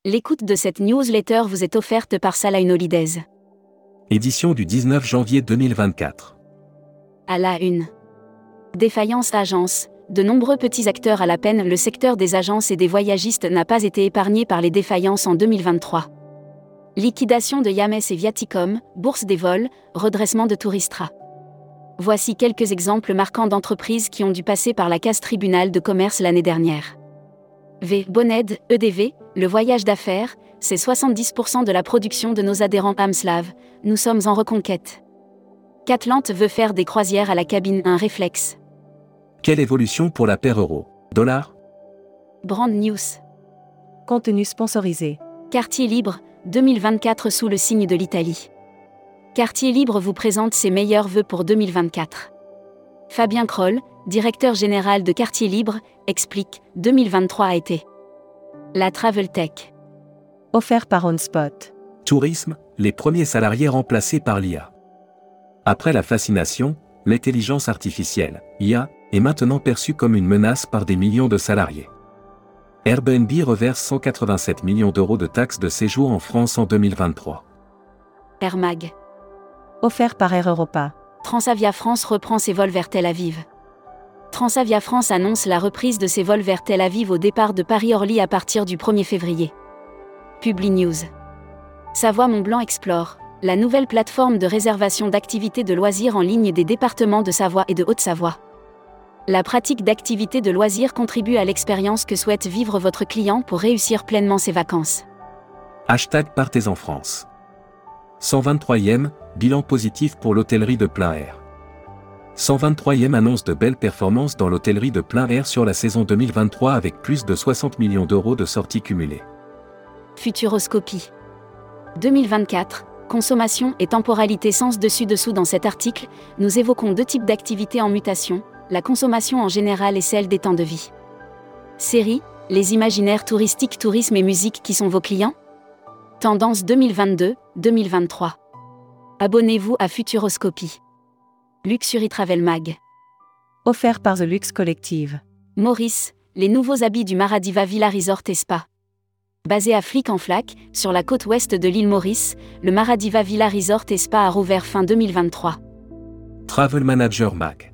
L'écoute de cette newsletter vous est offerte par Salah Holidays. Édition du 19 janvier 2024. À la une. Défaillance agence. De nombreux petits acteurs à la peine. Le secteur des agences et des voyagistes n'a pas été épargné par les défaillances en 2023. Liquidation de Yames et Viaticom, bourse des vols, redressement de Touristra. Voici quelques exemples marquants d'entreprises qui ont dû passer par la case tribunal de commerce l'année dernière. Boned, EDV, le voyage d'affaires, c'est 70% de la production de nos adhérents Amslav, nous sommes en reconquête. Catlante veut faire des croisières à la cabine, un réflexe. Quelle évolution pour la paire euro-dollar? Brand News. Contenu sponsorisé. Quartier Libre, 2024 sous le signe de l'Italie. Quartier Libre vous présente ses meilleurs vœux pour 2024. Fabien Kroll, directeur général de Quartier Libre, explique « 2023 a été la Travel Tech ». Offert par OnSpot. Tourisme, les premiers salariés remplacés par l'IA. Après la fascination, l'intelligence artificielle, IA, est maintenant perçue comme une menace par des millions de salariés. Airbnb reverse 187 millions d'euros de taxes de séjour en France en 2023. Air Mag. Offert par Air Europa. Transavia France reprend ses vols vers Tel Aviv. Transavia France annonce la reprise de ses vols vers Tel Aviv au départ de Paris-Orly à partir du 1er février. Publi News. Savoie Mont-Blanc Explore, la nouvelle plateforme de réservation d'activités de loisirs en ligne des départements de Savoie et de Haute-Savoie. La pratique d'activités de loisirs contribue à l'expérience que souhaite vivre votre client pour réussir pleinement ses vacances. #Partez en France. 123e, bilan positif pour l'hôtellerie de plein air. 123e annonce de belles performances dans l'hôtellerie de plein air sur la saison 2023 avec plus de 60 millions d'euros de sorties cumulées. Futuroscopie. 2024, consommation et temporalité sens dessus-dessous. Dans cet article, nous évoquons deux types d'activités en mutation, la consommation en général et celle des temps de vie. Série, les imaginaires touristiques, tourisme et musique qui sont vos clients? Tendance 2022-2023. Abonnez-vous à Futuroscopie. Luxury Travel Mag. Offert par The Luxe Collective. Maurice, les nouveaux habits du Maradiva Villa Resort et Spa. Basé à Flic-en-Flac, sur la côte ouest de l'île Maurice, le Maradiva Villa Resort et Spa a rouvert fin 2023. Travel Manager Mag.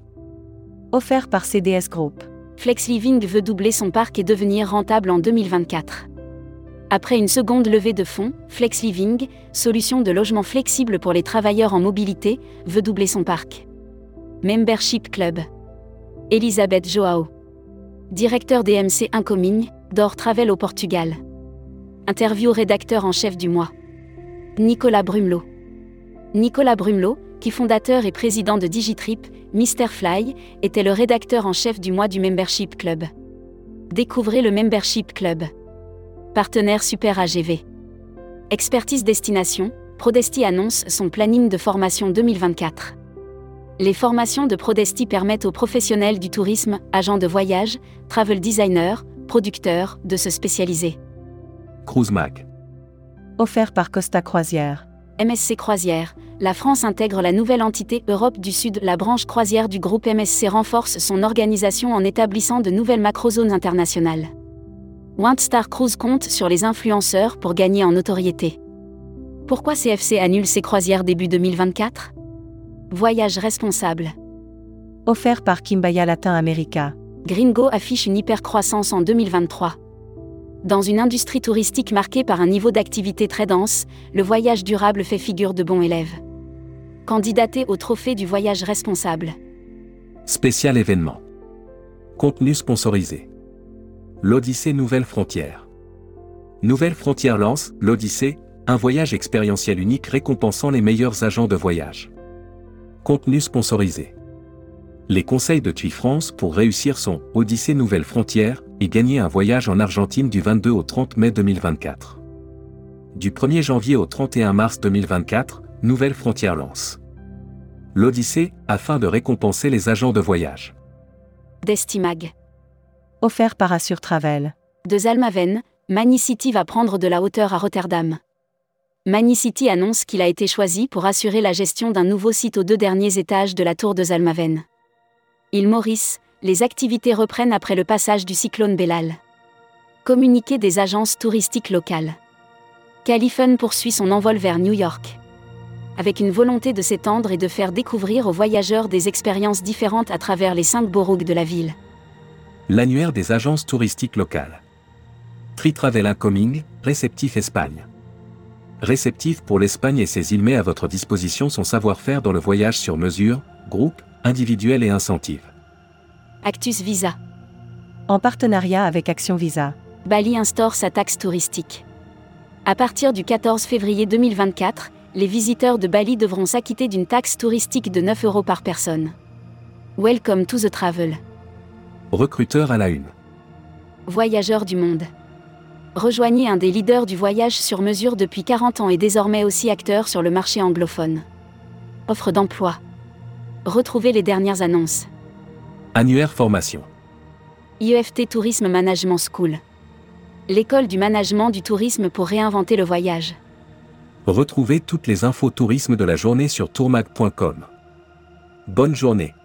Offert par CDS Group. Flex Living veut doubler son parc et devenir rentable en 2024. Après une seconde levée de fonds, Flex Living, solution de logement flexible pour les travailleurs en mobilité, veut doubler son parc. Membership Club. Elisabeth Joao. Directeur DMC Incoming, d'Or Travel au Portugal. Interview rédacteur en chef du mois. Nicolas Brumelot. Nicolas Brumelot, qui fondateur et président de Digitrip, Mr.Fly, était le rédacteur en chef du mois du Membership Club. Découvrez le Membership Club. Partenaire Super AGV. Expertise Destination, Prodesti annonce son planning de formation 2024. Les formations de Prodesti permettent aux professionnels du tourisme, agents de voyage, travel designers, producteurs, de se spécialiser. Cruise Mag. Offert par Costa Croisière. MSC Croisière, la France intègre la nouvelle entité Europe du Sud. La branche croisière du groupe MSC renforce son organisation en établissant de nouvelles macrozones internationales. Windstar Cruise compte sur les influenceurs pour gagner en notoriété. Pourquoi CFC annule ses croisières début 2024? Voyage responsable. Offert par Kimbaya Latin America. Gringo affiche une hypercroissance en 2023. Dans une industrie touristique marquée par un niveau d'activité très dense, le voyage durable fait figure de bon élève. Candidaté au trophée du voyage responsable. Spécial événement. Contenu sponsorisé. L'Odyssée Nouvelle Frontière. Nouvelle Frontière lance l'Odyssée, un voyage expérientiel unique récompensant les meilleurs agents de voyage. Contenu sponsorisé. Les conseils de TUI France pour réussir son Odyssée Nouvelle Frontière et gagner un voyage en Argentine du 22 au 30 mai 2024. Du 1er janvier au 31 mars 2024, Nouvelle Frontière lance l'Odyssée afin de récompenser les agents de voyage. Destimag. Offert par Assure Travel. De Zalmaven, Manicity va prendre de la hauteur à Rotterdam. Manicity annonce qu'il a été choisi pour assurer la gestion d'un nouveau site aux 2 derniers étages de la tour de Zalmaven. Île Maurice, les activités reprennent après le passage du cyclone Bellal. Communiqué des agences touristiques locales. Califun poursuit son envol vers New York. Avec une volonté de s'étendre et de faire découvrir aux voyageurs des expériences différentes à travers les 5 boroughs de la ville. L'annuaire des agences touristiques locales. Tri-Travel Incoming, Réceptif Espagne. Réceptif pour l'Espagne et ses îles met à votre disposition son savoir-faire dans le voyage sur mesure, groupe, individuel et incentive. Actus Visa. En partenariat avec Action Visa. Bali instaure sa taxe touristique. À partir du 14 février 2024, les visiteurs de Bali devront s'acquitter d'une taxe touristique de 9 € par personne. Welcome to the travel. Recruteur à la une. Voyageurs du monde. Rejoignez un des leaders du voyage sur mesure depuis 40 ans et désormais aussi acteur sur le marché anglophone. Offre d'emploi. Retrouvez les dernières annonces. Annuaire formation. IEFT Tourisme Management School. L'école du management du tourisme pour réinventer le voyage. Retrouvez toutes les infos tourisme de la journée sur tourmag.com. Bonne journée.